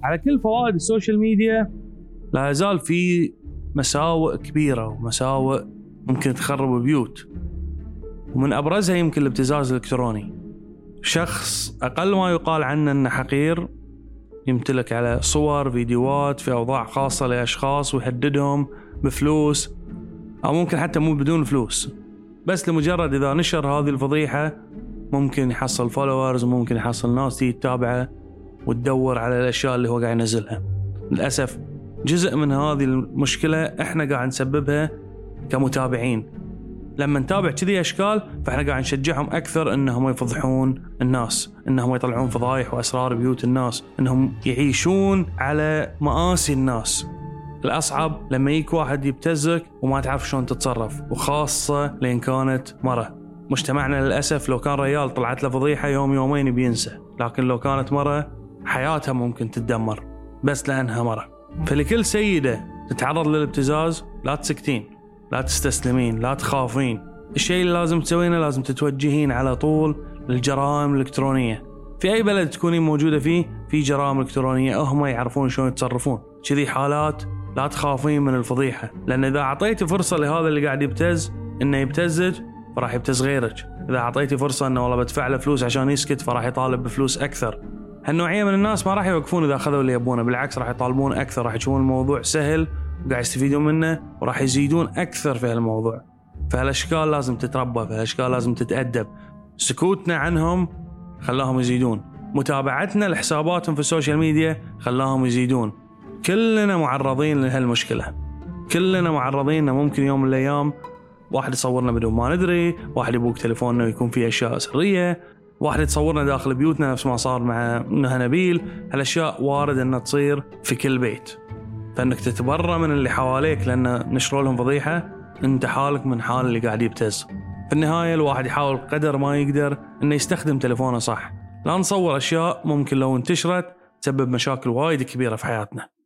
على كل فوائد السوشيال ميديا لا يزال في مساوئ كبيرة ومساوئ ممكن تخرب بيوت، ومن أبرزها يمكن الابتزاز الإلكتروني. شخص أقل ما يقال عنه أنه حقير يمتلك على صور فيديوهات في أوضاع خاصة لأشخاص ويهددهم بفلوس، أو ممكن حتى مو بدون فلوس، بس لمجرد إذا نشر هذه الفضيحة ممكن يحصل فولورز وممكن يحصل ناس تتابعه وتدور على الأشياء اللي هو قاعد ينزلها. للأسف جزء من هذه المشكلة إحنا قاعد نسببها كمتابعين. لما نتابع كذي أشكال فإحنا قاعد نشجعهم أكثر إنهم يفضحون الناس، إنهم يطلعون فضايح وأسرار بيوت الناس، إنهم يعيشون على مآسي الناس. الأصعب لما يجيك واحد يبتزك وما تعرف شلون تتصرف، وخاصة لين كانت مرة. مجتمعنا للأسف لو كان رجال طلعت له فضيحة يوم يومين بينسى، لكن لو كانت مرة حياتها ممكن تتدمر بس لأنها مرة. فلكل سيدة تتعرض للابتزاز لا تسكتين، لا تستسلمين، لا تخافين. الشيء اللي لازم تسوينه لازم تتوجهين على طول للجرائم الإلكترونية. في أي بلد تكونين موجودة فيه في جرائم إلكترونية هم يعرفون شلون يتصرفون. كذي حالات لا تخافين من الفضيحة، لأن إذا أعطيتي فرصة لهذا اللي قاعد يبتز إنه يبتزج فراح يبتز غيرك. إذا أعطيتي فرصة إنه والله بدفع له فلوس عشان يسكت فراح يطالب بفلوس أكثر. هالنوعية من الناس ما راح يوقفون إذا أخذوا اللي يبونه، بالعكس راح يطالبون أكثر، راح يشوفون الموضوع سهل وقاعد يستفيدون منه وراح يزيدون أكثر في هالموضوع. فهالأشكال لازم تتربى، فهالأشكال لازم تتأدب. سكوتنا عنهم خلاهم يزيدون، متابعتنا لحساباتهم في السوشيال ميديا خلاهم يزيدون. كلنا معرضين لهالمشكلة، كلنا معرضين. ممكن يوم من الأيام واحد يصورنا بدون ما ندري، واحد يبوك تليفوننا ويكون فيه أشياء سرية، واحد يتصورنا داخل بيوتنا نفس ما صار مع نهى نبيل. هالأشياء وارد أن تصير في كل بيت. فإنك تتبرى من اللي حواليك لأن نشروا لهم فضيحة، أنت حالك من حال اللي قاعد يبتز. في النهاية الواحد يحاول قدر ما يقدر أنه يستخدم تليفونه صح. لا نصور أشياء ممكن لو انتشرت تسبب مشاكل وايد كبيرة في حياتنا.